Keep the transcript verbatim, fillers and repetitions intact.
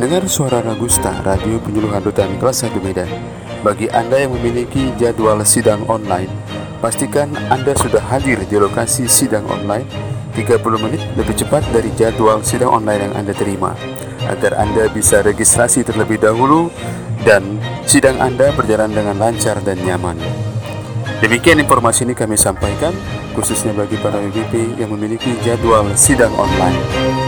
Pendengar Suara Ragusta, Radio Penyuluh Halutan kelas satu Medan. Bagi Anda yang memiliki jadwal sidang online, pastikan Anda sudah hadir di lokasi sidang online tiga puluh menit lebih cepat dari jadwal sidang online yang Anda terima, agar Anda bisa registrasi terlebih dahulu dan sidang Anda berjalan dengan lancar dan nyaman. Demikian informasi ini kami sampaikan khususnya bagi para W B P yang memiliki jadwal sidang online.